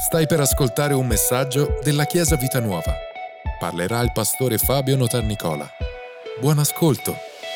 Stai per ascoltare un messaggio della Chiesa Vita Nuova. Parlerà il pastore Fabio Notarnicola. Buon ascolto.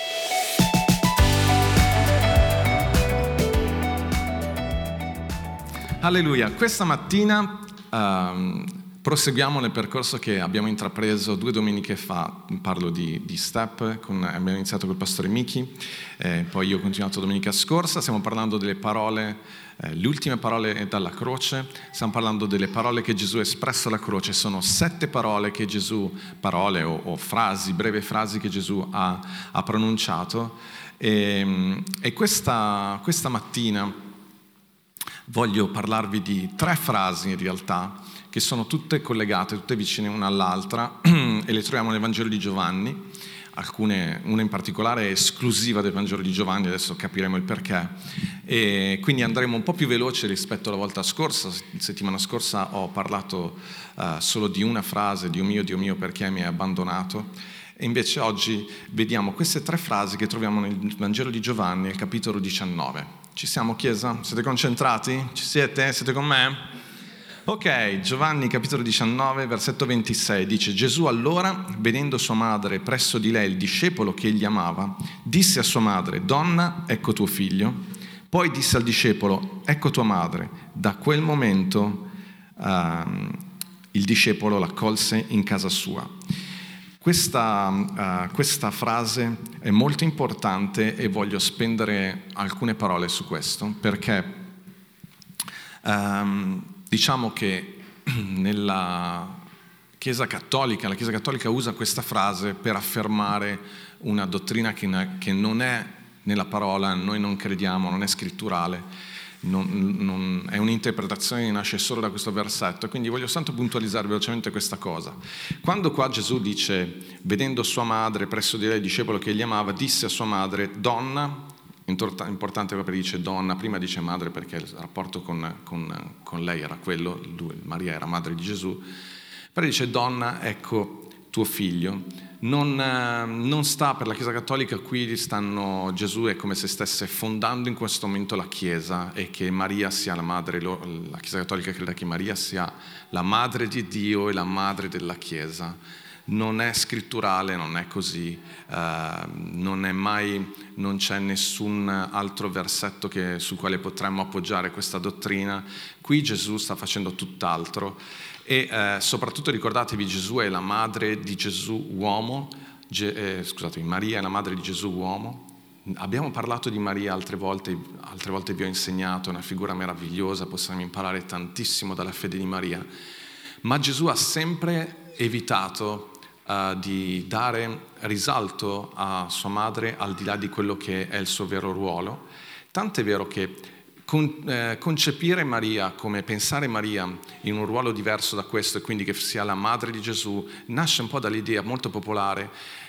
Alleluia. Questa mattina proseguiamo nel percorso che abbiamo intrapreso 2 domeniche fa. Parlo di Step, abbiamo iniziato col pastore Miki, poi io ho continuato domenica scorsa. Stiamo parlando delle parole, le ultime parole dalla croce. Stiamo parlando delle parole che Gesù ha espresso alla croce. Sono 7 parole che Gesù, parole o frasi, breve frasi che Gesù ha pronunciato. E questa mattina voglio parlarvi di 3 frasi in realtà che sono tutte collegate, tutte vicine una all'altra e le troviamo nel Vangelo di Giovanni. Una in particolare è esclusiva del Vangelo di Giovanni, adesso capiremo il perché. E quindi andremo un po' più veloce rispetto alla volta scorsa. Settimana scorsa ho parlato solo di una frase, Dio mio, perché mi hai abbandonato? E invece oggi vediamo queste 3 frasi che troviamo nel Vangelo di Giovanni, al capitolo 19. Ci siamo, Chiesa? Siete concentrati? Ci siete? Siete con me? Ok, Giovanni capitolo 19, versetto 26, dice: Gesù allora, vedendo sua madre presso di lei il discepolo che egli amava, disse a sua madre: Donna, ecco tuo figlio. Poi disse al discepolo: ecco tua madre. Da quel momento il discepolo l'accolse in casa sua. Questa frase è molto importante e voglio spendere alcune parole su questo, perché diciamo che nella Chiesa Cattolica, la Chiesa Cattolica usa questa frase per affermare una dottrina che non è nella parola, noi non crediamo, non è scritturale. È un'interpretazione che nasce solo da questo versetto, quindi voglio soltanto puntualizzare velocemente questa cosa. Quando qua Gesù dice: vedendo sua madre presso di lei il discepolo che egli amava, disse a sua madre: donna, importante perché dice donna, prima dice madre perché il rapporto con lei era quello, Maria era madre di Gesù, però dice donna, ecco tuo figlio. Non sta per la Chiesa Cattolica, qui Gesù è come se stesse fondando in questo momento la Chiesa e che Maria sia la madre. La Chiesa Cattolica crede che Maria sia la madre di Dio e la madre della Chiesa. Non è scritturale, non è così, non c'è nessun altro versetto sul quale potremmo appoggiare questa dottrina. Qui Gesù sta facendo tutt'altro. E soprattutto ricordatevi, Gesù è la madre di Gesù uomo, Maria è la madre di Gesù uomo. Abbiamo parlato di Maria altre volte vi ho insegnato, è una figura meravigliosa, possiamo imparare tantissimo dalla fede di Maria, ma Gesù ha sempre evitato di dare risalto a sua madre al di là di quello che è il suo vero ruolo, tant'è vero che concepire Maria, come pensare Maria in un ruolo diverso da questo e quindi che sia la madre di Gesù, nasce un po' dall'idea molto popolare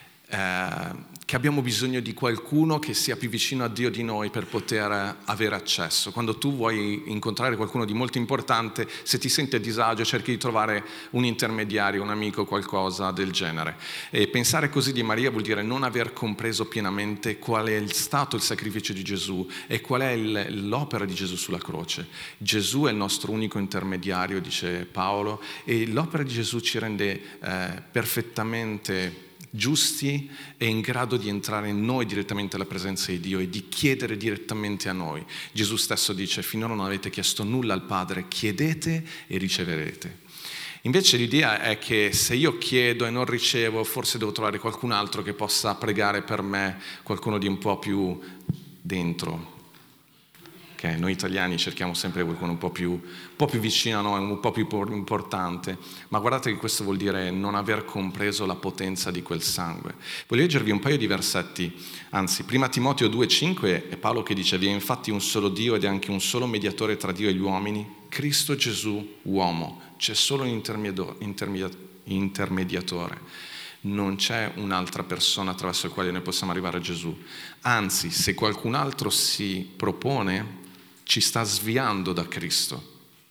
che abbiamo bisogno di qualcuno che sia più vicino a Dio di noi per poter avere accesso. Quando tu vuoi incontrare qualcuno di molto importante, se ti senti a disagio cerchi di trovare un intermediario, un amico, qualcosa del genere. E pensare così di Maria vuol dire non aver compreso pienamente qual è stato il sacrificio di Gesù e qual è l'opera di Gesù sulla croce. Gesù è il nostro unico intermediario, dice Paolo, e l'opera di Gesù ci rende perfettamente giusti e in grado di entrare in noi direttamente alla presenza di Dio e di chiedere direttamente a noi. Gesù stesso dice: finora non avete chiesto nulla al Padre, chiedete e riceverete. Invece l'idea è che se io chiedo e non ricevo, forse devo trovare qualcun altro che possa pregare per me, qualcuno di un po' più dentro. Okay, noi italiani cerchiamo sempre qualcuno un po' più vicino a noi, un po' più importante, ma guardate che questo vuol dire non aver compreso la potenza di quel sangue. Voglio leggervi un paio di versetti, anzi, 1 Timoteo 2,5 è Paolo che dice: vi è infatti un solo Dio ed è anche un solo mediatore tra Dio e gli uomini, Cristo Gesù uomo. C'è solo un intermediatore. Non c'è un'altra persona attraverso la quale noi possiamo arrivare a Gesù. Anzi, se qualcun altro si propone, ci sta sviando da Cristo.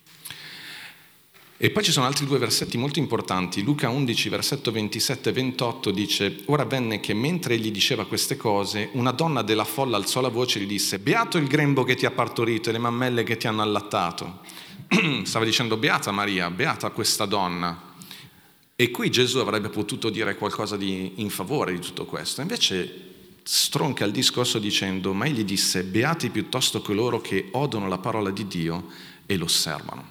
E poi ci sono altri 2 versetti molto importanti. Luca 11, versetto 27 e 28 dice: ora avvenne che mentre egli diceva queste cose, una donna della folla alzò la voce e gli disse: beato il grembo che ti ha partorito e le mammelle che ti hanno allattato. stava dicendo beata Maria, beata questa donna. E qui Gesù avrebbe potuto dire qualcosa in favore di tutto questo. Invece stronca il discorso dicendo, ma egli disse, beati piuttosto coloro che odono la parola di Dio e lo osservano.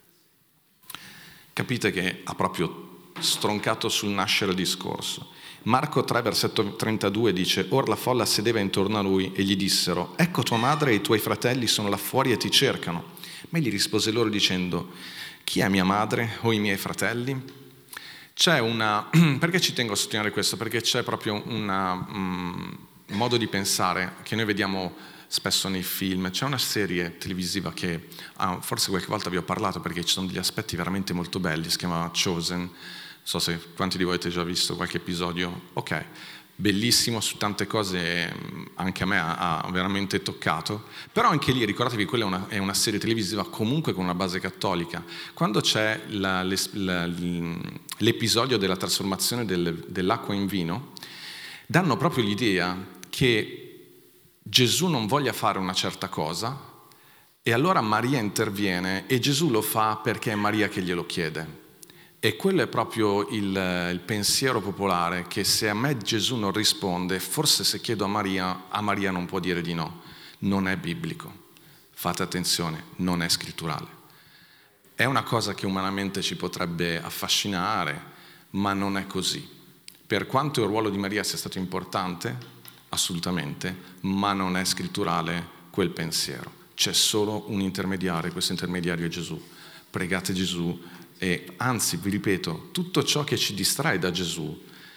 Capite che ha proprio stroncato sul nascere il discorso. Marco 3, versetto 32 dice, or la folla sedeva intorno a lui e gli dissero, ecco tua madre e i tuoi fratelli sono là fuori e ti cercano. Ma egli rispose loro dicendo, chi è mia madre o i miei fratelli? Perché ci tengo a sottolineare questo? Perché c'è proprio un modo di pensare che noi vediamo spesso nei film. C'è una serie televisiva che forse qualche volta vi ho parlato perché ci sono degli aspetti veramente molto belli, si chiama Chosen. Non so se quanti di voi avete già visto qualche episodio. Ok, bellissimo, su tante cose anche a me ha veramente toccato, però anche lì ricordatevi quella è una serie televisiva comunque con una base cattolica. Quando c'è l'episodio della trasformazione dell'acqua in vino, danno proprio l'idea che Gesù non voglia fare una certa cosa e allora Maria interviene e Gesù lo fa perché è Maria che glielo chiede. E quello è proprio il pensiero popolare, che se a me Gesù non risponde, forse se chiedo a Maria non può dire di no. Non è biblico. Fate attenzione, non è scritturale. È una cosa che umanamente ci potrebbe affascinare, ma non è così. Per quanto il ruolo di Maria sia stato importante, assolutamente, ma non è scritturale quel pensiero. C'è solo un intermediario, questo intermediario è Gesù. Pregate Gesù. E anzi, vi ripeto, tutto ciò che ci distrae da Gesù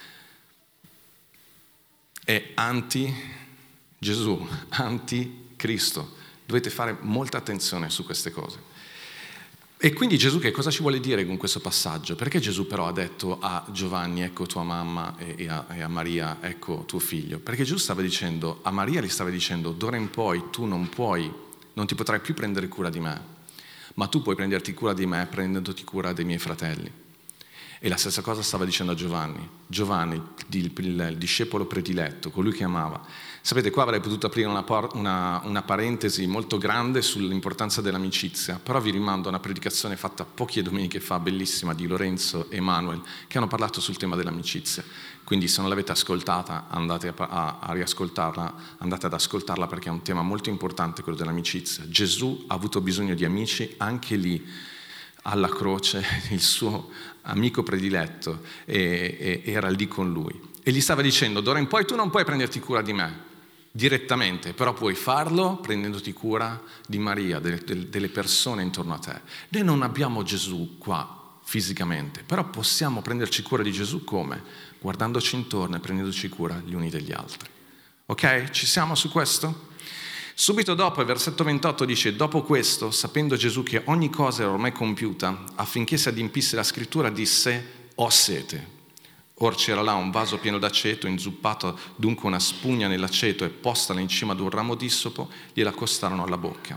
è anti-Gesù, anti-Cristo. Dovete fare molta attenzione su queste cose. E quindi Gesù che cosa ci vuole dire con questo passaggio? Perché Gesù però ha detto a Giovanni, ecco tua mamma, e a Maria, ecco tuo figlio? Perché Gesù stava dicendo, a Maria gli stava dicendo, d'ora in poi tu non ti potrai più prendere cura di me. Ma tu puoi prenderti cura di me prendendoti cura dei miei fratelli. E la stessa cosa stava dicendo a Giovanni. Giovanni, il discepolo prediletto, colui che amava. Sapete, qua avrei potuto aprire una parentesi molto grande sull'importanza dell'amicizia, però vi rimando a una predicazione fatta poche domeniche fa, bellissima, di Lorenzo e Manuel, che hanno parlato sul tema dell'amicizia. Quindi se non l'avete ascoltata, andate a riascoltarla, andate ad ascoltarla perché è un tema molto importante, quello dell'amicizia. Gesù ha avuto bisogno di amici anche lì, alla croce, il suo amico prediletto e era lì con lui. E gli stava dicendo, d'ora in poi tu non puoi prenderti cura di me direttamente, però puoi farlo prendendoti cura di Maria, delle persone intorno a te. Noi non abbiamo Gesù qua fisicamente, però possiamo prenderci cura di Gesù come? Guardandoci intorno e prendendoci cura gli uni degli altri. Ok? Ci siamo su questo? Subito dopo, il versetto 28 dice, dopo questo, sapendo Gesù che ogni cosa era ormai compiuta, affinché si adempisse la scrittura, disse, ho sete. Or c'era là un vaso pieno d'aceto, inzuppato dunque una spugna nell'aceto e postala in cima ad un ramo d'issopo, gliela accostarono alla bocca.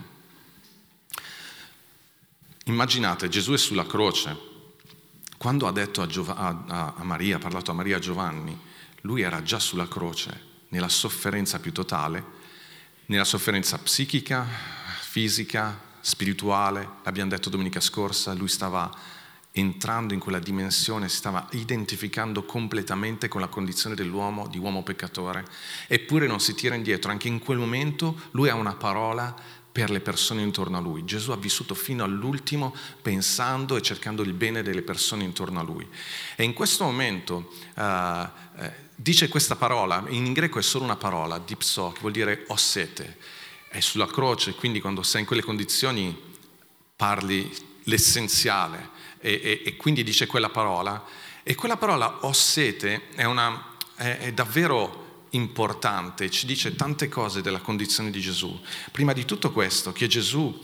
Immaginate, Gesù è sulla croce. Quando ha detto a Maria, ha parlato a Maria e a Giovanni, lui era già sulla croce, nella sofferenza più totale, nella sofferenza psichica, fisica, spirituale, l'abbiamo detto domenica scorsa, lui stava entrando in quella dimensione, si stava identificando completamente con la condizione dell'uomo, di uomo peccatore, eppure non si tira indietro, anche in quel momento lui ha una parola per le persone intorno a lui. Gesù ha vissuto fino all'ultimo pensando e cercando il bene delle persone intorno a lui. E in questo momento dice questa parola, in greco è solo una parola, dipso, che vuol dire ho sete. È sulla croce, quindi quando sei in quelle condizioni parli l'essenziale e quindi dice quella parola. E quella parola ho sete è davvero importante, ci dice tante cose della condizione di Gesù. Prima di tutto questo, che Gesù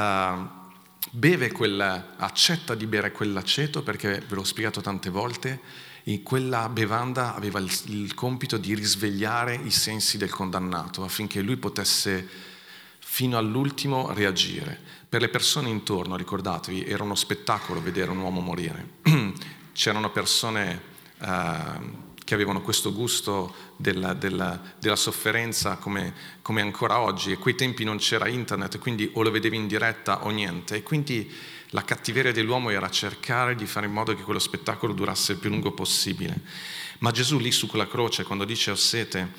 accetta di bere quell'aceto, perché ve l'ho spiegato tante volte, in quella bevanda aveva il compito di risvegliare i sensi del condannato, affinché lui potesse fino all'ultimo reagire. Per le persone intorno, ricordatevi, era uno spettacolo vedere un uomo morire. C'erano persone che avevano questo gusto della sofferenza come ancora oggi, e quei tempi non c'era internet, quindi o lo vedevi in diretta o niente, e quindi la cattiveria dell'uomo era cercare di fare in modo che quello spettacolo durasse il più lungo possibile. Ma Gesù lì su quella croce, quando dice ho sete,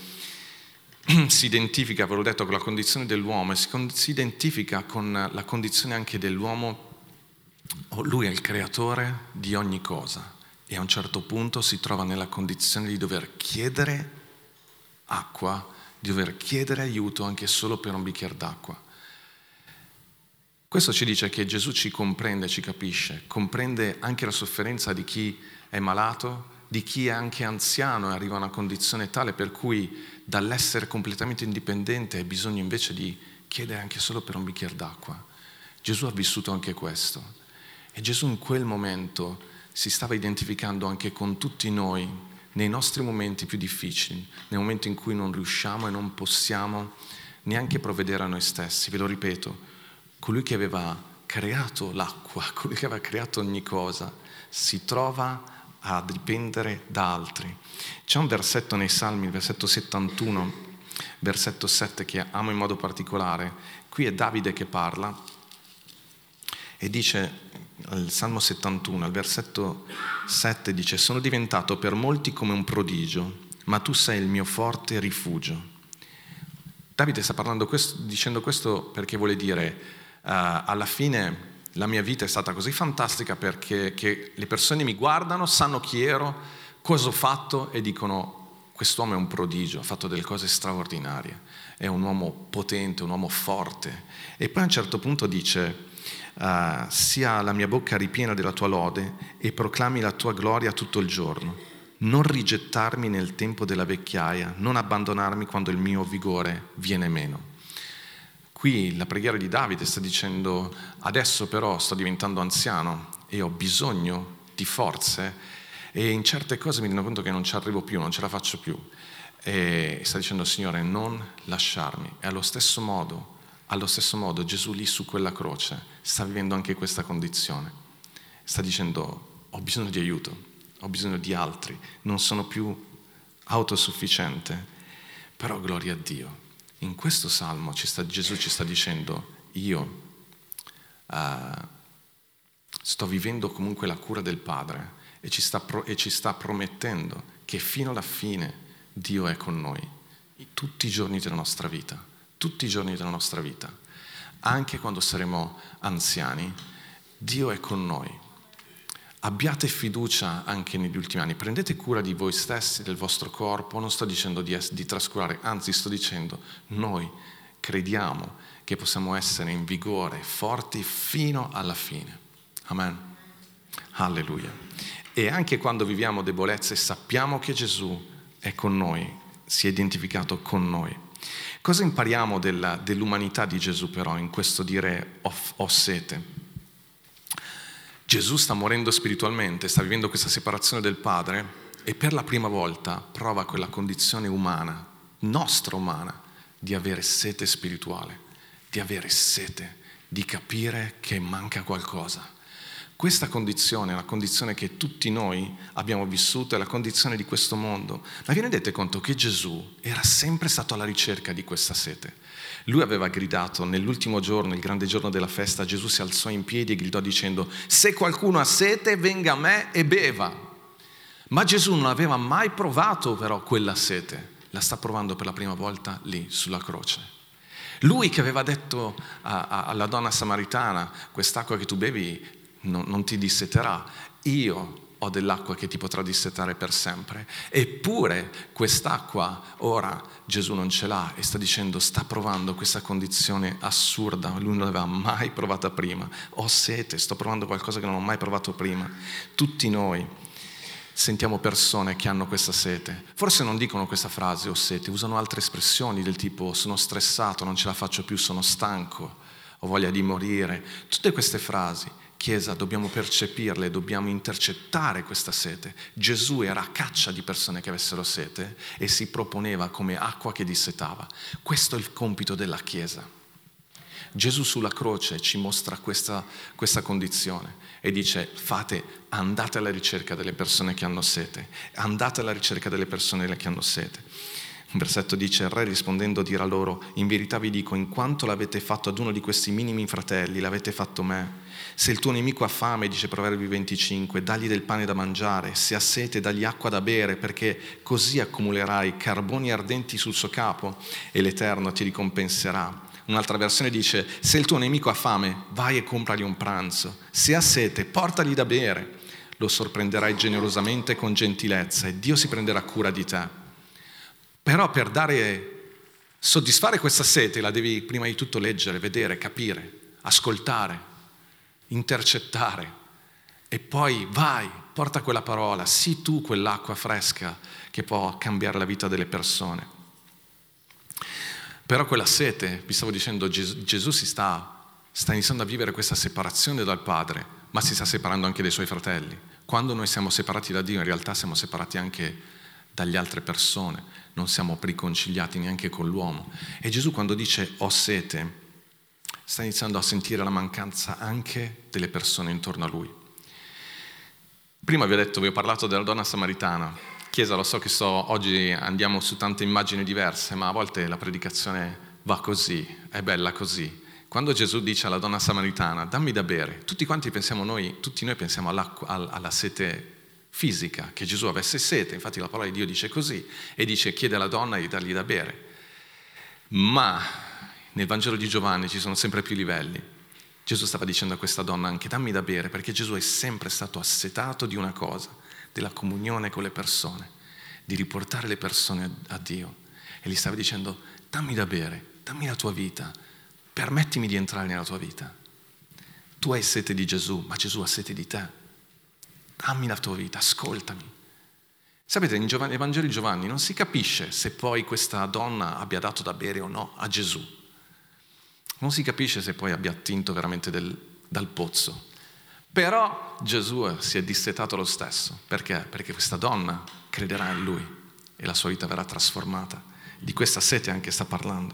si identifica, ve l'ho detto, con la condizione dell'uomo, e si identifica con la condizione anche dell'uomo. Lui è il creatore di ogni cosa, e a un certo punto si trova nella condizione di dover chiedere acqua, di dover chiedere aiuto anche solo per un bicchiere d'acqua. Questo ci dice che Gesù ci comprende, ci capisce, comprende anche la sofferenza di chi è malato, di chi è anche anziano e arriva a una condizione tale per cui dall'essere completamente indipendente hai bisogno invece di chiedere anche solo per un bicchiere d'acqua. Gesù ha vissuto anche questo, e Gesù in quel momento si stava identificando anche con tutti noi nei nostri momenti più difficili, nei momenti in cui non riusciamo e non possiamo neanche provvedere a noi stessi. Ve lo ripeto, colui che aveva creato l'acqua, colui che aveva creato ogni cosa, si trova a dipendere da altri. C'è un versetto nei Salmi, il versetto 71, versetto 7, che amo in modo particolare. Qui è Davide che parla e dice, al Salmo 71, al versetto 7, dice: sono diventato per molti come un prodigio, ma tu sei il mio forte rifugio. Davide sta parlando dicendo questo perché vuole dire alla fine la mia vita è stata così fantastica perché che le persone mi guardano, sanno chi ero, cosa ho fatto, e dicono quest'uomo è un prodigio, ha fatto delle cose straordinarie, è un uomo potente, un uomo forte. E poi a un certo punto dice sia la mia bocca ripiena della tua lode e proclami la tua gloria tutto il giorno. Non rigettarmi nel tempo della vecchiaia, non abbandonarmi quando il mio vigore viene meno. Qui la preghiera di Davide sta dicendo: adesso però sto diventando anziano e ho bisogno di forze, e in certe cose mi rendo conto che non ci arrivo più, non ce la faccio più, e sta dicendo: Signore, non lasciarmi. E allo stesso modo Gesù lì su quella croce sta vivendo anche questa condizione, sta dicendo: ho bisogno di aiuto, ho bisogno di altri, non sono più autosufficiente, però gloria a Dio. In questo salmo Gesù ci sta dicendo: io sto vivendo comunque la cura del Padre, e ci sta promettendo che fino alla fine Dio è con noi, tutti i giorni della nostra vita, tutti i giorni della nostra vita. Anche quando saremo anziani, Dio è con noi. Abbiate fiducia anche negli ultimi anni, prendete cura di voi stessi, del vostro corpo. Non sto dicendo di trascurare, anzi sto dicendo noi crediamo che possiamo essere in vigore, forti fino alla fine. Amen. Alleluia. E anche quando viviamo debolezze sappiamo che Gesù è con noi, si è identificato con noi. Cosa impariamo dell'umanità di Gesù però in questo dire ho sete? Gesù sta morendo spiritualmente, sta vivendo questa separazione del Padre, e per la prima volta prova quella condizione umana, nostra umana, di avere sete spirituale, di avere sete, di capire che manca qualcosa. Questa condizione è la condizione che tutti noi abbiamo vissuto, è la condizione di questo mondo. Ma vi rendete conto che Gesù era sempre stato alla ricerca di questa sete? Lui aveva gridato nell'ultimo giorno, il grande giorno della festa, Gesù si alzò in piedi e gridò dicendo: se qualcuno ha sete venga a me e beva. Ma Gesù non aveva mai provato però quella sete, la sta provando per la prima volta lì sulla croce. Lui che aveva detto alla donna samaritana: quest'acqua che tu bevi non ti disseterà, io ho dell'acqua che ti potrà dissetare per sempre. Eppure quest'acqua ora Gesù non ce l'ha, e sta dicendo, sta provando questa condizione assurda, lui non l'aveva mai provata prima. Ho sete, sto provando qualcosa che non ho mai provato prima. Tutti noi sentiamo persone che hanno questa sete, forse non dicono questa frase ho sete, usano altre espressioni del tipo sono stressato, non ce la faccio più, sono stanco, ho voglia di morire. Tutte queste frasi, Chiesa, dobbiamo percepirle, dobbiamo intercettare questa sete. Gesù era a caccia di persone che avessero sete e si proponeva come acqua che dissetava. Questo è il compito della Chiesa. Gesù sulla croce ci mostra questa condizione e dice: andate alla ricerca delle persone che hanno sete, andate alla ricerca delle persone che hanno sete. Un versetto dice: il re rispondendo dirà loro: in verità vi dico, in quanto l'avete fatto ad uno di questi minimi fratelli, l'avete fatto me. Se il tuo nemico ha fame, dice Proverbi 25, dagli del pane da mangiare, se ha sete dagli acqua da bere, perché così accumulerai carboni ardenti sul suo capo e l'Eterno ti ricompenserà. Un'altra versione dice: se il tuo nemico ha fame, vai e compragli un pranzo, se ha sete, portagli da bere, lo sorprenderai generosamente con gentilezza e Dio si prenderà cura di te. Però per soddisfare questa sete la devi prima di tutto leggere, vedere, capire, ascoltare, intercettare, e poi vai, porta quella parola, sii tu quell'acqua fresca che può cambiare la vita delle persone. Però quella sete, vi stavo dicendo, Gesù sta iniziando a vivere questa separazione dal Padre, ma si sta separando anche dai suoi fratelli. Quando noi siamo separati da Dio, in realtà siamo separati anche dalle altre persone, non siamo riconciliati neanche con l'uomo. E Gesù, quando dice ho sete, sta iniziando a sentire la mancanza anche delle persone intorno a lui. Prima vi ho parlato della donna samaritana. Chiesa, lo so che oggi andiamo su tante immagini diverse, ma a volte la predicazione va così, è bella così. Quando Gesù dice alla donna samaritana dammi da bere, tutti noi pensiamo alla sete fisica, che Gesù avesse sete. Infatti la parola di Dio dice così, e dice chiede alla donna di dargli da bere. Ma nel Vangelo di Giovanni ci sono sempre più livelli. Gesù stava dicendo a questa donna anche dammi da bere, perché Gesù è sempre stato assetato di una cosa, della comunione con le persone, di riportare le persone a Dio. E gli stava dicendo dammi da bere, dammi la tua vita, permettimi di entrare nella tua vita. Tu hai sete di Gesù, ma Gesù ha sete di te. Dammi la tua vita, ascoltami. Sapete, nei Vangeli di Giovanni non si capisce se poi questa donna abbia dato da bere o no a Gesù. Non si capisce se poi abbia attinto veramente dal pozzo. Però Gesù si è dissetato lo stesso. Perché? Perché questa donna crederà in Lui e la sua vita verrà trasformata. Di questa sete anche sta parlando.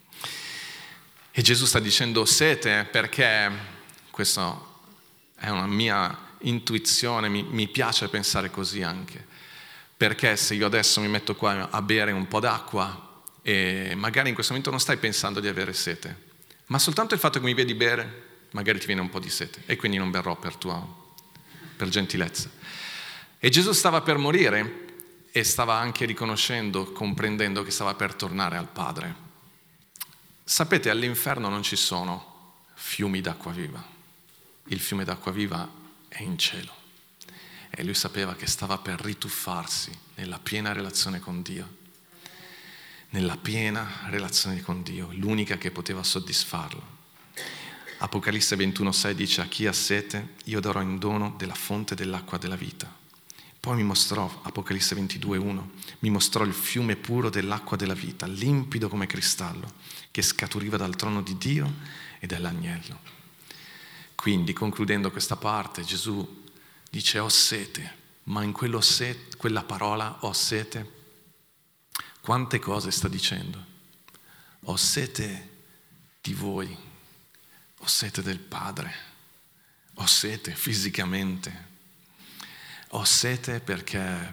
E Gesù sta dicendo sete perché, questa è una mia intuizione, mi piace pensare così anche, perché se io adesso mi metto qua a bere un po' d'acqua e magari in questo momento non stai pensando di avere sete, ma soltanto il fatto che mi vedi bere magari ti viene un po' di sete e quindi non berrò per gentilezza. E Gesù stava per morire e stava anche riconoscendo, comprendendo che stava per tornare al Padre. Sapete, all'inferno non ci sono fiumi d'acqua viva, il fiume d'acqua viva è in cielo. E lui sapeva che stava per rituffarsi nella piena relazione con Dio. Nella piena relazione con Dio, l'unica che poteva soddisfarlo. Apocalisse 21,6 dice: a chi ha sete io darò in dono della fonte dell'acqua della vita. Poi mi mostrò, Apocalisse 22,1, mi mostrò il fiume puro dell'acqua della vita, limpido come cristallo, che scaturiva dal trono di Dio e dall'agnello. Quindi, concludendo questa parte, Gesù dice ho sete, ma in quella parola ho sete, quante cose sta dicendo? Ho sete di voi, ho sete del Padre, ho sete fisicamente, ho sete perché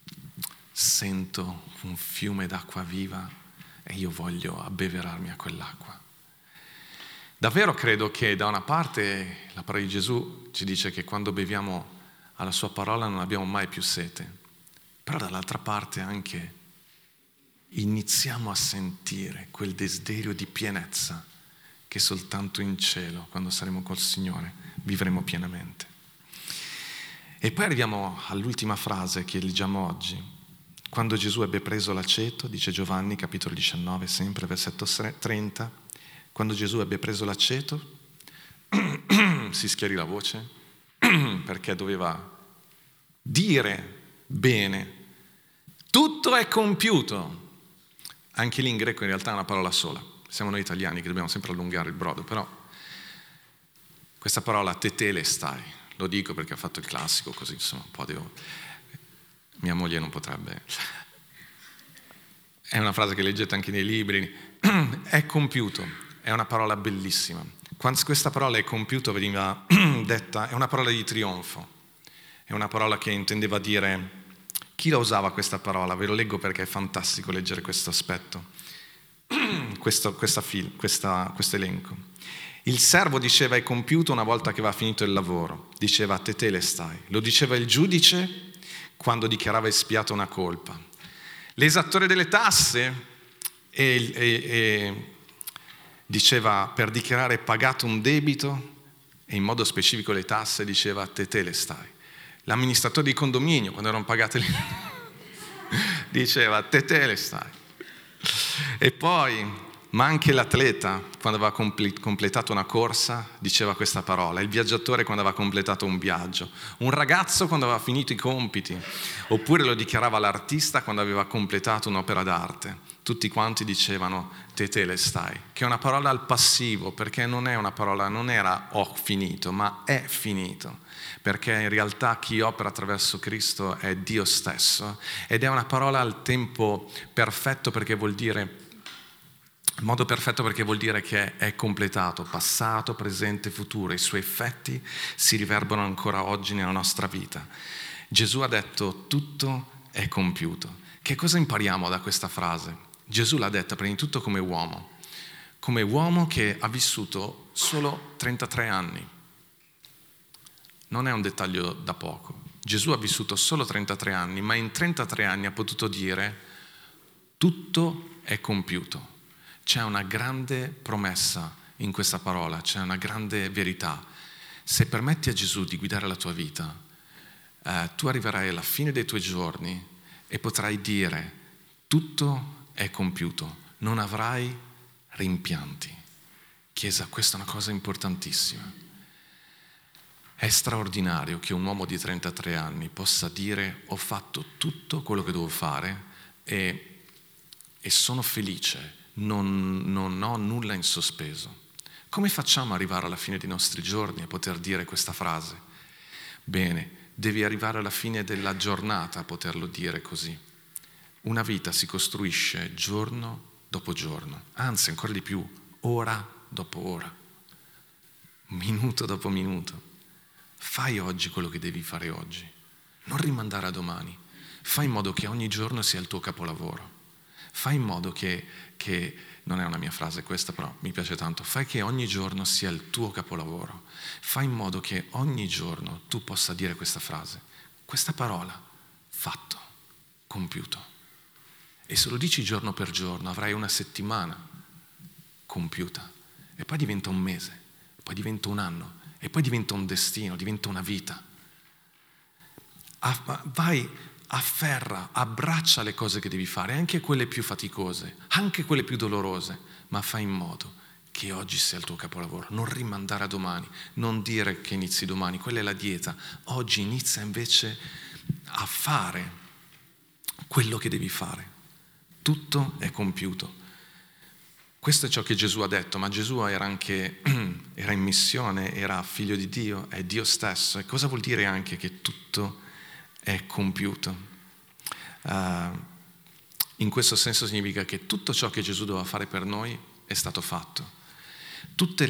sento un fiume d'acqua viva e io voglio abbeverarmi a quell'acqua. Davvero credo che da una parte la parola di Gesù ci dice che quando beviamo alla sua parola non abbiamo mai più sete, però dall'altra parte anche iniziamo a sentire quel desiderio di pienezza che soltanto in cielo, quando saremo col Signore, vivremo pienamente. E poi arriviamo all'ultima frase che leggiamo oggi. Quando Gesù ebbe preso l'aceto, dice Giovanni, capitolo 19, sempre versetto 30, quando Gesù ebbe preso l'aceto, si schiarì la voce, perché doveva dire bene, tutto è compiuto. Anche lì in greco in realtà è una parola sola. Siamo noi italiani che dobbiamo sempre allungare il brodo, però questa parola tetelestai, lo dico perché ho fatto il classico, così insomma un po' mia moglie non potrebbe. È una frase che leggete anche nei libri. È compiuto. È è una parola bellissima. Quando questa parola è compiuto veniva detta, è una parola di trionfo, è una parola che intendeva dire, chi la usava questa parola? Ve lo leggo perché è fantastico leggere questo aspetto, questo elenco. Il servo diceva è compiuto una volta che aveva finito il lavoro, diceva tetelestai. Lo diceva il giudice quando dichiarava espiata una colpa. L'esattore delle tasse diceva per dichiarare pagato un debito, e in modo specifico le tasse, diceva tetelestai. L'amministratore di condominio, quando erano pagate diceva tetelestai. E poi, ma anche l'atleta, quando aveva completato una corsa, diceva questa parola. Il viaggiatore, quando aveva completato un viaggio. Un ragazzo, quando aveva finito i compiti. Oppure lo dichiarava l'artista, quando aveva completato un'opera d'arte. Tutti quanti dicevano tetelestai, che è una parola al passivo, perché non è una parola, non era ho finito, ma è finito. Perché in realtà chi opera attraverso Cristo è Dio stesso. Ed è una parola al tempo perfetto, perché vuol dire... in modo perfetto perché vuol dire che è completato, passato, presente, futuro. I suoi effetti si riverberano ancora oggi nella nostra vita. Gesù ha detto tutto è compiuto. Che cosa impariamo da questa frase? Gesù l'ha detta prima di tutto come uomo che ha vissuto solo 33 anni. Non è un dettaglio da poco. Gesù ha vissuto solo 33 anni, ma in 33 anni ha potuto dire tutto è compiuto. C'è una grande promessa in questa parola, c'è una grande verità. Se permetti a Gesù di guidare la tua vita, tu arriverai alla fine dei tuoi giorni e potrai dire tutto è compiuto, non avrai rimpianti. Chiesa, questa è una cosa importantissima. È straordinario che un uomo di 33 anni possa dire ho fatto tutto quello che devo fare e sono felice. Non ho nulla in sospeso. Come facciamo ad arrivare alla fine dei nostri giorni a poter dire questa frase? Bene, devi arrivare alla fine della giornata a poterlo dire così. Una vita si costruisce giorno dopo giorno, anzi ancora di più, ora dopo ora, minuto dopo minuto. Fai oggi quello che devi fare oggi, non rimandare a domani. Fai in modo che ogni giorno sia il tuo capolavoro. Fai in modo che non è una mia frase questa, però mi piace tanto, fai che ogni giorno sia il tuo capolavoro. Fai in modo che ogni giorno tu possa dire questa frase, questa parola, fatto, compiuto. E se lo dici giorno per giorno avrai una settimana compiuta e poi diventa un mese, poi diventa un anno e poi diventa un destino, diventa una vita. Vai, afferra, abbraccia le cose che devi fare, anche quelle più faticose, anche quelle più dolorose, ma fai in modo che oggi sia il tuo capolavoro. Non rimandare a domani, non dire che inizi domani, quella è la dieta. Oggi inizia invece a fare quello che devi fare. Tutto è compiuto. Questo è ciò che Gesù ha detto, ma Gesù era in missione, era figlio di Dio, è Dio stesso. E cosa vuol dire anche che tutto è compiuto? In questo senso significa che tutto ciò che Gesù doveva fare per noi è stato fatto. Tutte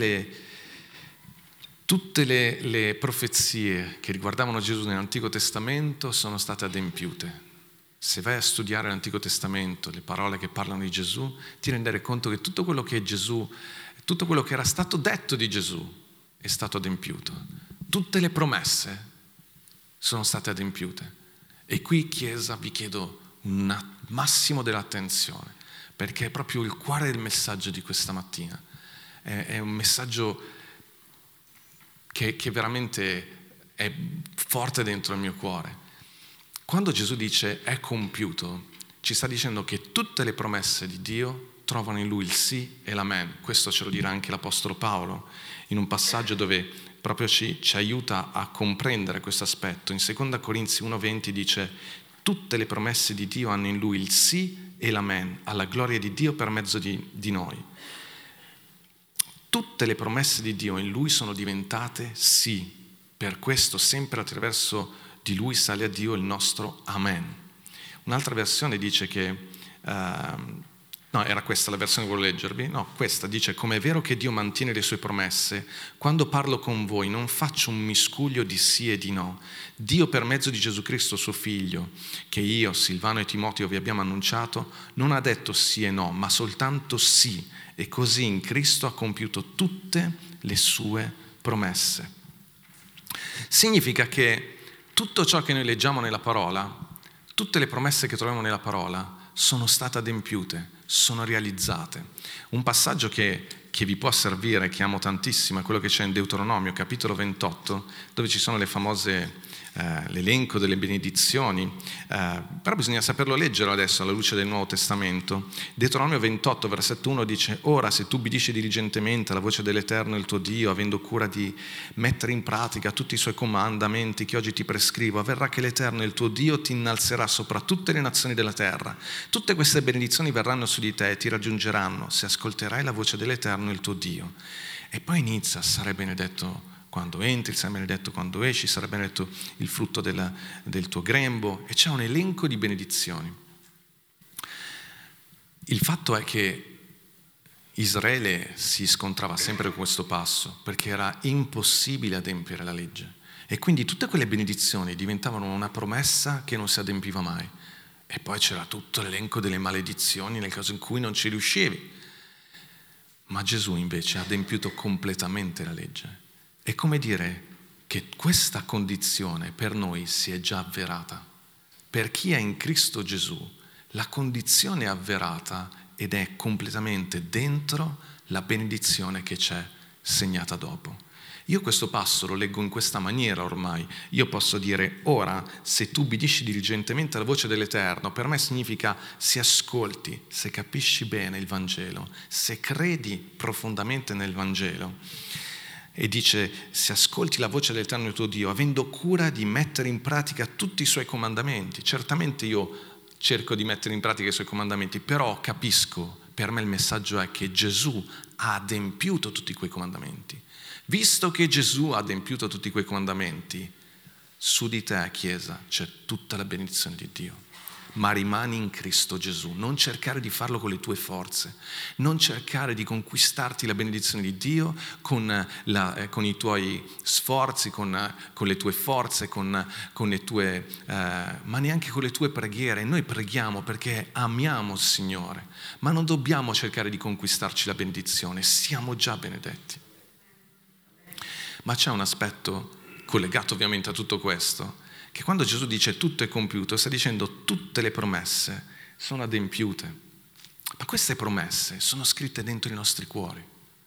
le profezie che riguardavano Gesù nell'Antico Testamento sono state adempiute. Se vai a studiare l'Antico Testamento, le parole che parlano di Gesù, ti renderai conto che tutto quello che era stato detto di Gesù è stato adempiuto. Tutte le promesse sono state adempiute. E qui, Chiesa, vi chiedo un massimo dell'attenzione, perché è proprio il cuore del messaggio di questa mattina. È un messaggio che veramente è forte dentro il mio cuore. Quando Gesù dice è compiuto, ci sta dicendo che tutte le promesse di Dio trovano in Lui il sì e l'amen. Questo ce lo dirà anche l'Apostolo Paolo in un passaggio dove proprio ci aiuta a comprendere questo aspetto. In 2 Corinzi 1,20 dice tutte le promesse di Dio hanno in Lui il sì e l'amen, alla gloria di Dio per mezzo di noi. Tutte le promesse di Dio in Lui sono diventate sì. Per questo sempre attraverso di Lui sale a Dio il nostro amen. Un'altra versione dice che No, era questa la versione che volevo leggervi. No, questa dice: come è vero che Dio mantiene le sue promesse, quando parlo con voi non faccio un miscuglio di sì e di no. Dio, per mezzo di Gesù Cristo, suo Figlio, che io, Silvano e Timoteo vi abbiamo annunciato, non ha detto sì e no, ma soltanto sì, e così in Cristo ha compiuto tutte le sue promesse. Significa che tutto ciò che noi leggiamo nella parola, tutte le promesse che troviamo nella parola, sono state adempiute, sono realizzate. Un passaggio che vi può servire, che amo tantissimo, è quello che c'è in Deuteronomio, capitolo 28, dove ci sono le famose, l'elenco delle benedizioni, però bisogna saperlo leggere adesso alla luce del Nuovo Testamento. Deuteronomio 28, versetto 1 dice: ora se tu ubbidisci diligentemente alla voce dell'Eterno il tuo Dio, avendo cura di mettere in pratica tutti i suoi comandamenti che oggi ti prescrivo, avverrà che l'Eterno il tuo Dio ti innalzerà sopra tutte le nazioni della terra. Tutte queste benedizioni verranno su di te e ti raggiungeranno se ascolterai la voce dell'Eterno il tuo Dio. E poi inizia: sarai benedetto quando entri, sarai benedetto quando esci, sarai benedetto il frutto del tuo grembo, e c'è un elenco di benedizioni. Il fatto è che Israele si scontrava sempre con questo passo perché era impossibile adempiere la legge, e quindi tutte quelle benedizioni diventavano una promessa che non si adempiva mai, e poi c'era tutto l'elenco delle maledizioni nel caso in cui non ci riuscivi. Ma Gesù invece ha adempiuto completamente la legge. È come dire che questa condizione per noi si è già avverata. Per chi è in Cristo Gesù, la condizione è avverata ed è completamente dentro la benedizione che c'è segnata dopo. Io questo passo lo leggo in questa maniera ormai. Io posso dire: ora, se tu ubbidisci diligentemente alla voce dell'Eterno, per me significa se ascolti, se capisci bene il Vangelo, se credi profondamente nel Vangelo. E dice: se ascolti la voce dell'Eterno il tuo Dio, avendo cura di mettere in pratica tutti i suoi comandamenti. Certamente io cerco di mettere in pratica i suoi comandamenti, però capisco, per me il messaggio è che Gesù ha adempiuto tutti quei comandamenti. Visto che Gesù ha adempiuto tutti quei comandamenti, su di te, Chiesa, c'è tutta la benedizione di Dio. Ma rimani in Cristo Gesù, non cercare di farlo con le tue forze, non cercare di conquistarti la benedizione di Dio con i tuoi sforzi, con le tue forze, con le tue, ma neanche con le tue preghiere. Noi preghiamo perché amiamo il Signore, ma non dobbiamo cercare di conquistarci la benedizione, siamo già benedetti. Ma c'è un aspetto collegato ovviamente a tutto questo, che quando Gesù dice tutto è compiuto, sta dicendo tutte le promesse sono adempiute. Ma queste promesse sono scritte dentro i nostri cuori.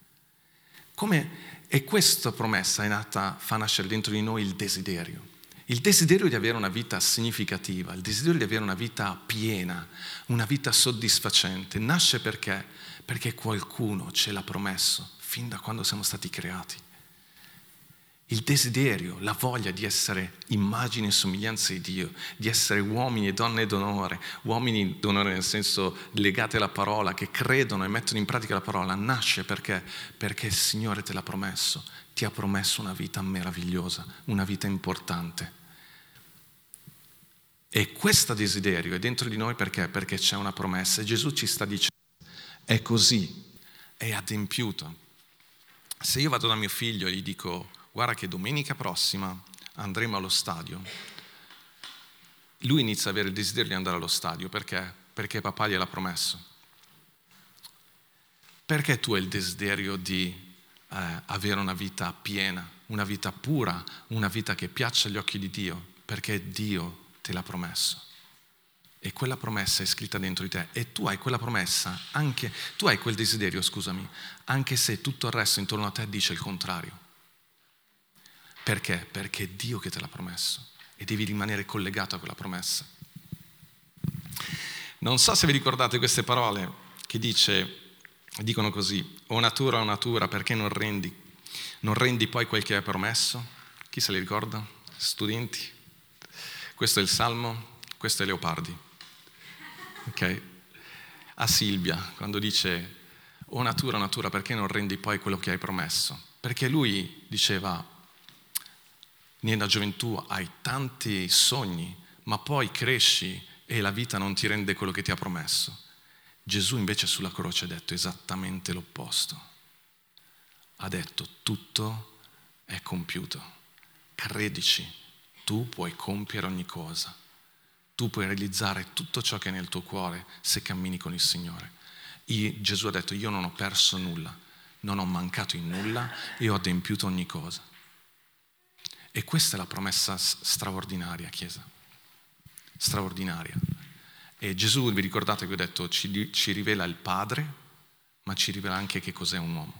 E questa promessa fa nascere dentro di noi il desiderio di avere una vita significativa, il desiderio di avere una vita piena, una vita soddisfacente. Nasce perché? Perché qualcuno ce l'ha promesso fin da quando siamo stati creati. Il desiderio, la voglia di essere immagine e somiglianza di Dio, di essere uomini e donne d'onore, uomini d'onore nel senso legati alla parola, che credono e mettono in pratica la parola, nasce perché il Signore te l'ha promesso, ti ha promesso una vita meravigliosa, una vita importante. E questo desiderio è dentro di noi perché? Perché c'è una promessa e Gesù ci sta dicendo: è così, è adempiuto. Se io vado da mio figlio e gli dico: guarda che domenica prossima andremo allo stadio, lui inizia ad avere il desiderio di andare allo stadio. Perché? Perché papà gliel'ha promesso. Perché tu hai il desiderio di avere una vita piena, una vita pura, una vita che piaccia agli occhi di Dio? Perché Dio te l'ha promesso. E quella promessa è scritta dentro di te. E tu hai quella promessa, tu hai quel desiderio, anche se tutto il resto intorno a te dice il contrario. Perché? Perché è Dio che te l'ha promesso e devi rimanere collegato a quella promessa. Non so se vi ricordate queste parole che dicono così: o natura, perché non rendi poi quel che hai promesso? Chi se li ricorda? Studenti? Questo è il Salmo, questo è Leopardi. Ok? A Silvia, quando dice: o natura, perché non rendi poi quello che hai promesso? Perché lui diceva: nella gioventù hai tanti sogni, ma poi cresci e la vita non ti rende quello che ti ha promesso. Gesù invece sulla croce ha detto esattamente l'opposto. Ha detto tutto è compiuto. Credici, tu puoi compiere ogni cosa. Tu puoi realizzare tutto ciò che è nel tuo cuore se cammini con il Signore. Gesù ha detto io non ho perso nulla, non ho mancato in nulla e ho adempiuto ogni cosa. E questa è la promessa straordinaria, Chiesa. Straordinaria. E Gesù, vi ricordate che ho detto, ci rivela il Padre, ma ci rivela anche che cos'è un uomo.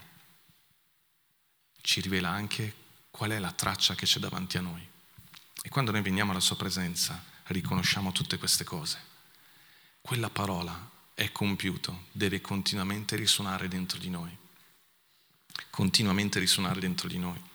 Ci rivela anche qual è la traccia che c'è davanti a noi. E quando noi veniamo alla sua presenza, riconosciamo tutte queste cose. Quella parola è compiuto, deve continuamente risuonare dentro di noi. Continuamente risuonare dentro di noi.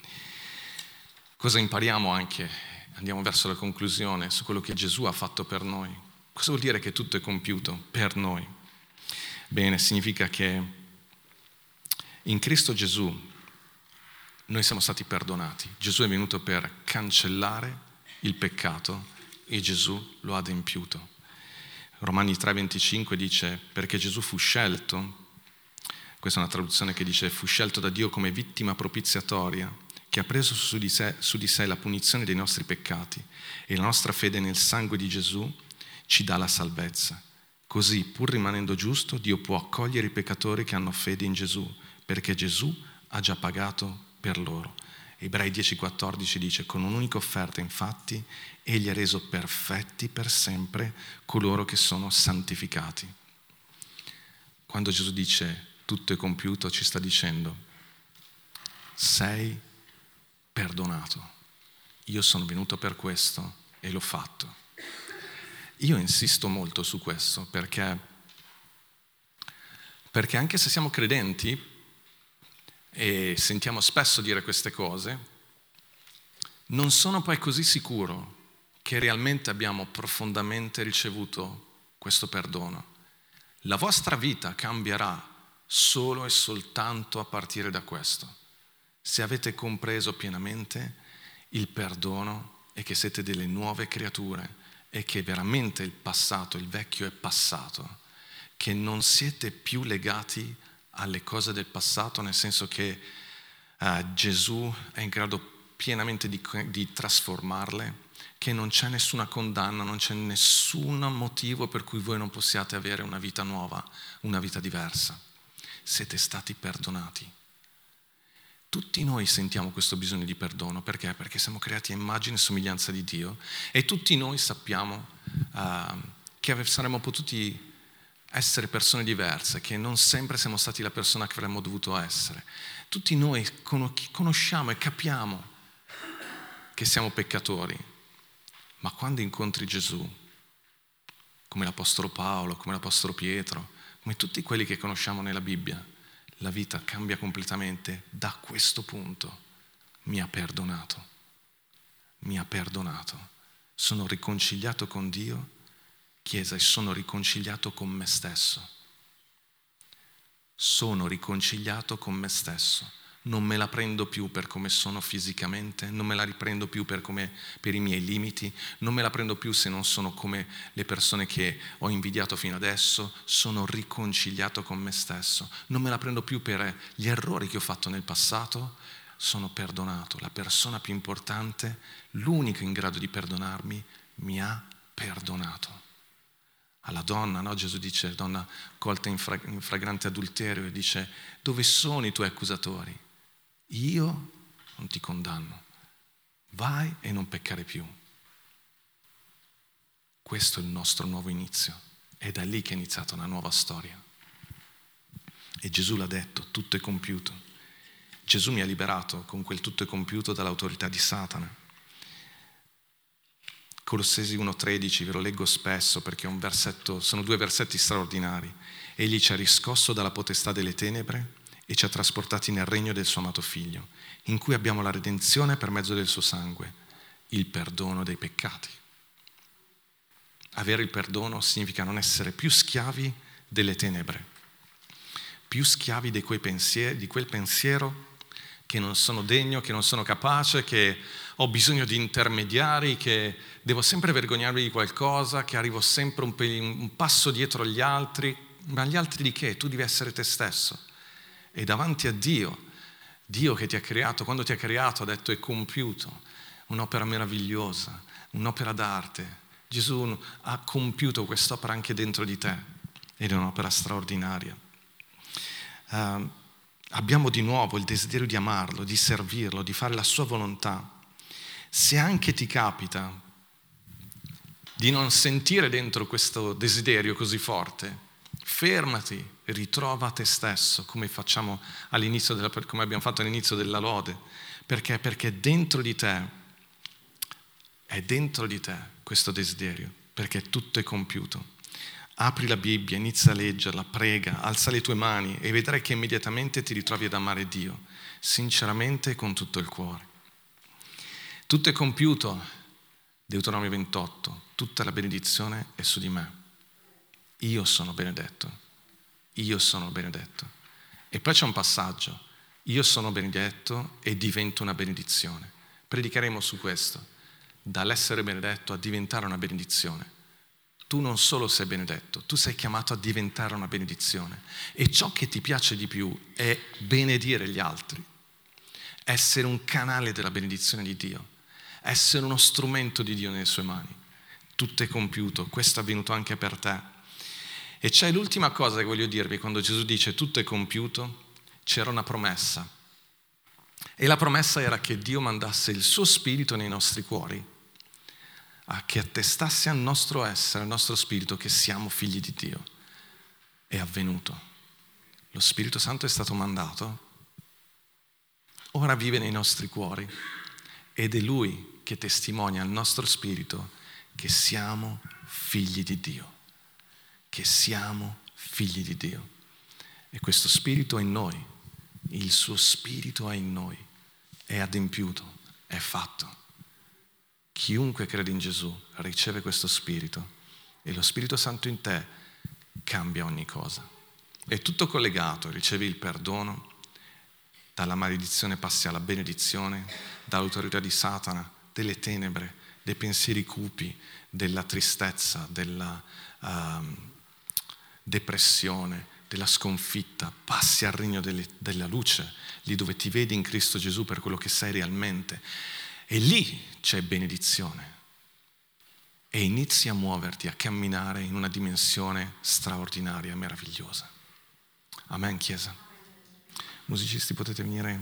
Cosa impariamo anche? Andiamo verso la conclusione su quello che Gesù ha fatto per noi. Cosa vuol dire che tutto è compiuto per noi? Bene, significa che in Cristo Gesù noi siamo stati perdonati. Gesù è venuto per cancellare il peccato e Gesù lo ha adempiuto. Romani 3,25 dice, perché Gesù fu scelto, questa è una traduzione che dice, fu scelto da Dio come vittima propiziatoria, che ha preso su di sé la punizione dei nostri peccati, e la nostra fede nel sangue di Gesù ci dà la salvezza. Così, pur rimanendo giusto, Dio può accogliere i peccatori che hanno fede in Gesù, perché Gesù ha già pagato per loro. Ebrei 10,14 dice, con un'unica offerta, infatti, egli ha reso perfetti per sempre coloro che sono santificati. Quando Gesù dice tutto è compiuto, ci sta dicendo, sei perdonato. Io sono venuto per questo e l'ho fatto. Io insisto molto su questo perché anche se siamo credenti e sentiamo spesso dire queste cose, non sono poi così sicuro che realmente abbiamo profondamente ricevuto questo perdono. La vostra vita cambierà solo e soltanto a partire da questo. Se avete compreso pienamente il perdono e che siete delle nuove creature e che veramente il passato, il vecchio è passato, che non siete più legati alle cose del passato, nel senso che Gesù è in grado pienamente di trasformarle, che non c'è nessuna condanna, non c'è nessun motivo per cui voi non possiate avere una vita nuova, una vita diversa. Siete stati perdonati. Tutti noi sentiamo questo bisogno di perdono, perché? Perché siamo creati a immagine e somiglianza di Dio e tutti noi sappiamo che saremmo potuti essere persone diverse, che non sempre siamo stati la persona che avremmo dovuto essere. Tutti noi conosciamo e capiamo che siamo peccatori, ma quando incontri Gesù, come l'Apostolo Paolo, come l'Apostolo Pietro, come tutti quelli che conosciamo nella Bibbia, la vita cambia completamente. Da questo punto mi ha perdonato, sono riconciliato con Dio, Chiesa, e sono riconciliato con me stesso. Sono riconciliato con me stesso. Non me la prendo più per come sono fisicamente, non me la riprendo più per i miei limiti, non me la prendo più se non sono come le persone che ho invidiato fino adesso, sono riconciliato con me stesso. Non me la prendo più per gli errori che ho fatto nel passato, sono perdonato. La persona più importante, l'unico in grado di perdonarmi, mi ha perdonato. Alla donna, no? Gesù dice, donna colta in flagrante adulterio, e dice, dove sono i tuoi accusatori? Io non ti condanno, vai e non peccare più. Questo è il nostro nuovo inizio, è da lì che è iniziata una nuova storia. E Gesù l'ha detto, tutto è compiuto. Gesù mi ha liberato con quel tutto è compiuto dall'autorità di Satana. Colossesi 1,13, ve lo leggo spesso perché è un versetto, sono due versetti straordinari. Egli ci ha riscosso dalla potestà delle tenebre e ci ha trasportati nel regno del suo amato Figlio, in cui abbiamo la redenzione per mezzo del suo sangue, il perdono dei peccati. Avere il perdono significa non essere più schiavi delle tenebre, più schiavi di quel pensiero che non sono degno, che non sono capace, che ho bisogno di intermediari, che devo sempre vergognarmi di qualcosa, che arrivo sempre un passo dietro gli altri. ma gli altri di che? Tu devi essere te stesso. E davanti a Dio che ti ha creato, quando ti ha creato ha detto è compiuto, un'opera meravigliosa, un'opera d'arte. Gesù ha compiuto quest'opera anche dentro di te ed è un'opera straordinaria. Abbiamo di nuovo il desiderio di amarlo, di servirlo, di fare la sua volontà. Se anche ti capita di non sentire dentro questo desiderio così forte, fermati, ritrova te stesso, come facciamo come abbiamo fatto all'inizio della lode. Perché? Perché dentro di te, è dentro di te questo desiderio, perché tutto è compiuto. Apri la Bibbia, inizia a leggerla, prega, alza le tue mani e vedrai che immediatamente ti ritrovi ad amare Dio, sinceramente e con tutto il cuore. Tutto è compiuto, Deuteronomio 28, tutta la benedizione è su di me. Io sono benedetto. E poi c'è un passaggio, io sono benedetto e divento una benedizione. Predicheremo su questo, dall'essere benedetto a diventare una benedizione. Tu non solo sei benedetto, tu sei chiamato a diventare una benedizione. E ciò che ti piace di più è benedire gli altri, essere un canale della benedizione di Dio, essere uno strumento di Dio nelle sue mani. Tutto è compiuto, questo è avvenuto anche per te. E c'è l'ultima cosa che voglio dirvi, quando Gesù dice tutto è compiuto, c'era una promessa. E la promessa era che Dio mandasse il suo spirito nei nostri cuori, a che attestasse al nostro essere, al nostro spirito, che siamo figli di Dio. È avvenuto. Lo Spirito Santo è stato mandato, ora vive nei nostri cuori ed è Lui che testimonia al nostro spirito che siamo figli di Dio. Che siamo figli di Dio. E questo spirito è in noi, il suo spirito è in noi, è adempiuto, è fatto. Chiunque crede in Gesù riceve questo spirito e lo Spirito Santo in te cambia ogni cosa. È tutto collegato, ricevi il perdono, dalla maledizione passi alla benedizione, dall'autorità di Satana, delle tenebre, dei pensieri cupi, della tristezza, della depressione, della sconfitta, passi al regno della luce, lì dove ti vedi in Cristo Gesù per quello che sei realmente. E lì c'è benedizione e inizi a muoverti, a camminare in una dimensione straordinaria, meravigliosa. Amen, Chiesa. Musicisti, potete venire?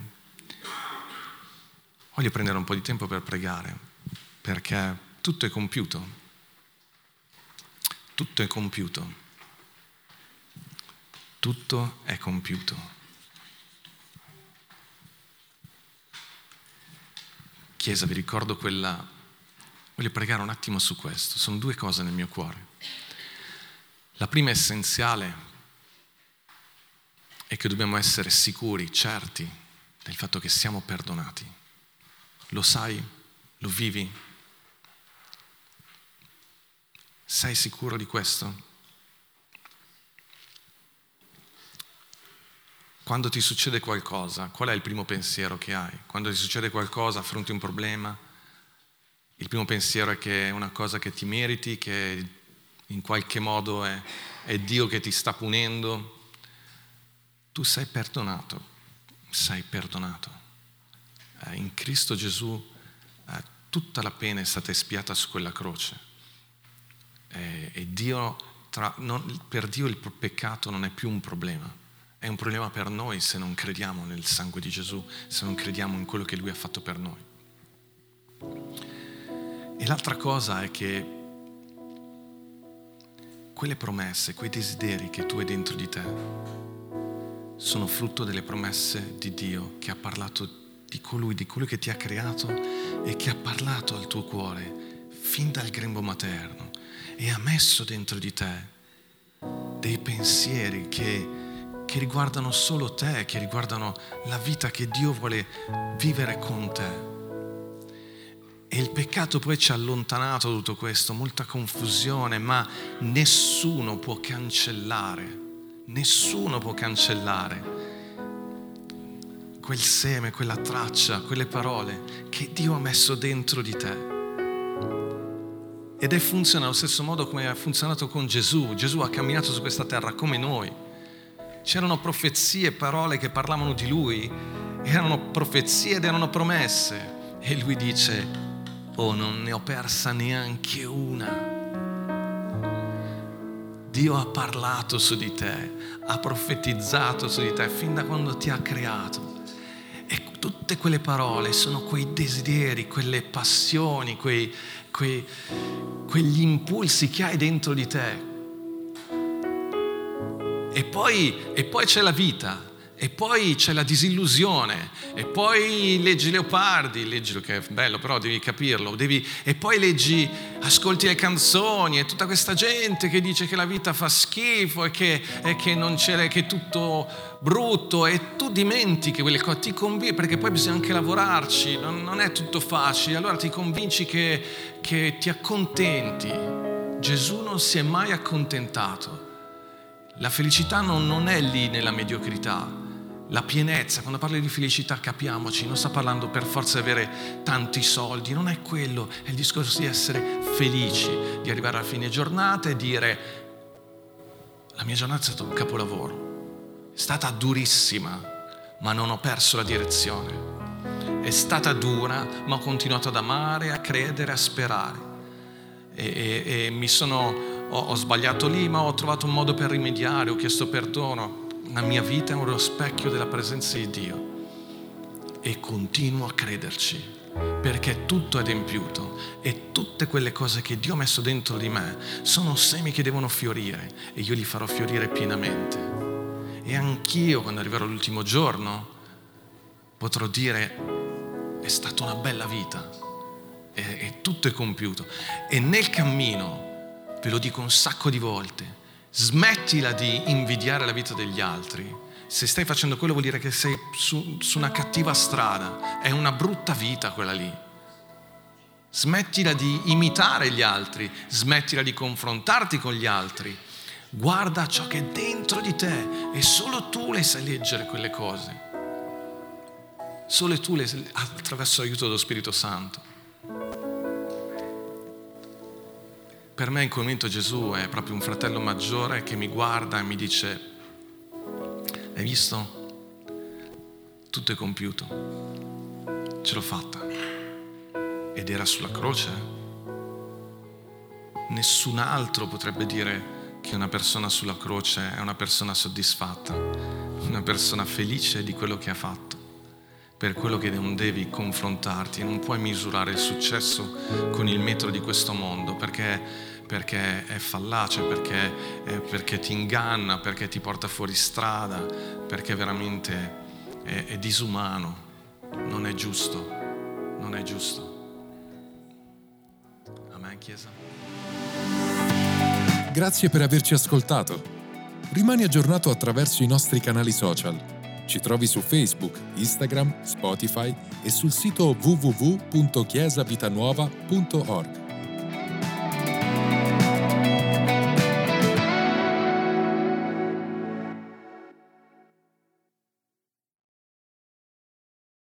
Voglio prendere un po' di tempo per pregare, perché tutto è compiuto. Tutto è compiuto. Tutto è compiuto. Chiesa, vi ricordo voglio pregare un attimo su questo. Sono due cose nel mio cuore. La prima essenziale è che dobbiamo essere sicuri, certi del fatto che siamo perdonati. Lo sai? Lo vivi? Sei sicuro di questo? Quando ti succede qualcosa, qual è il primo pensiero che hai? Quando ti succede qualcosa, affronti un problema, il primo pensiero è che è una cosa che ti meriti, che in qualche modo è Dio che ti sta punendo. Tu sei perdonato. In Cristo Gesù tutta la pena è stata espiata su quella croce. E Dio, per Dio il peccato non è più un problema. È un problema per noi se non crediamo nel sangue di Gesù, se non crediamo in quello che Lui ha fatto per noi. E l'altra cosa è che quelle promesse, quei desideri che tu hai dentro di te sono frutto delle promesse di Dio che ha parlato di colui che ti ha creato e che ha parlato al tuo cuore fin dal grembo materno e ha messo dentro di te dei pensieri che riguardano solo te, che riguardano la vita che Dio vuole vivere con te. E il peccato poi ci ha allontanato da tutto questo, molta confusione, ma nessuno può cancellare quel seme, quella traccia, quelle parole che Dio ha messo dentro di te. Ed funziona allo stesso modo come ha funzionato con Gesù. Gesù ha camminato su questa terra come noi. C'erano profezie, parole che parlavano di Lui, erano profezie ed erano promesse. E Lui dice: oh, non ne ho persa neanche una. Dio ha parlato su di te, ha profetizzato su di te fin da quando ti ha creato. E tutte quelle parole sono quei desideri, quelle passioni, quegli impulsi che hai dentro di te. E poi c'è la vita, e poi c'è la disillusione, e poi leggi Leopardi, leggilo che è bello, però devi capirlo, e poi ascolti le canzoni e tutta questa gente che dice che la vita fa schifo e che non c'è, che è tutto brutto, e tu dimentichi quelle cose, ti convinci, perché poi bisogna anche lavorarci, non è tutto facile, allora ti convinci che ti accontenti. Gesù non si è mai accontentato. La felicità non è lì nella mediocrità. La pienezza, quando parlo di felicità, capiamoci, non sta parlando per forza di avere tanti soldi, non è quello, è il discorso di essere felici, di arrivare alla fine giornata e dire: la mia giornata è stata un capolavoro, è stata durissima, ma non ho perso la direzione, è stata dura, ma ho continuato ad amare, a credere, a sperare, e ho sbagliato lì, ma ho trovato un modo per rimediare, ho chiesto perdono. La mia vita è uno specchio della presenza di Dio e continuo a crederci, perché tutto è adempiuto e tutte quelle cose che Dio ha messo dentro di me sono semi che devono fiorire e io li farò fiorire pienamente. E anch'io, quando arriverò all'ultimo giorno, potrò dire: è stata una bella vita e tutto è compiuto. E nel cammino, ve lo dico un sacco di volte, smettila di invidiare la vita degli altri. Se stai facendo quello vuol dire che sei su una cattiva strada, è una brutta vita quella lì. Smettila di imitare gli altri, smettila di confrontarti con gli altri. Guarda ciò che è dentro di te e solo tu le sai leggere quelle cose. Solo tu attraverso l'aiuto dello Spirito Santo. Per me in quel momento Gesù è proprio un fratello maggiore che mi guarda e mi dice: hai visto? Tutto è compiuto, ce l'ho fatta. Ed era sulla croce. Nessun altro potrebbe dire che una persona sulla croce è una persona soddisfatta, una persona felice di quello che ha fatto. Per quello che non devi confrontarti, non puoi misurare il successo con il metro di questo mondo, perché è fallace, perché ti inganna, perché ti porta fuori strada, perché veramente è disumano, non è giusto. Amen, Chiesa. Grazie per averci ascoltato. Rimani aggiornato attraverso i nostri canali social. Ci trovi su Facebook, Instagram, Spotify e sul sito www.chiesavitanuova.org.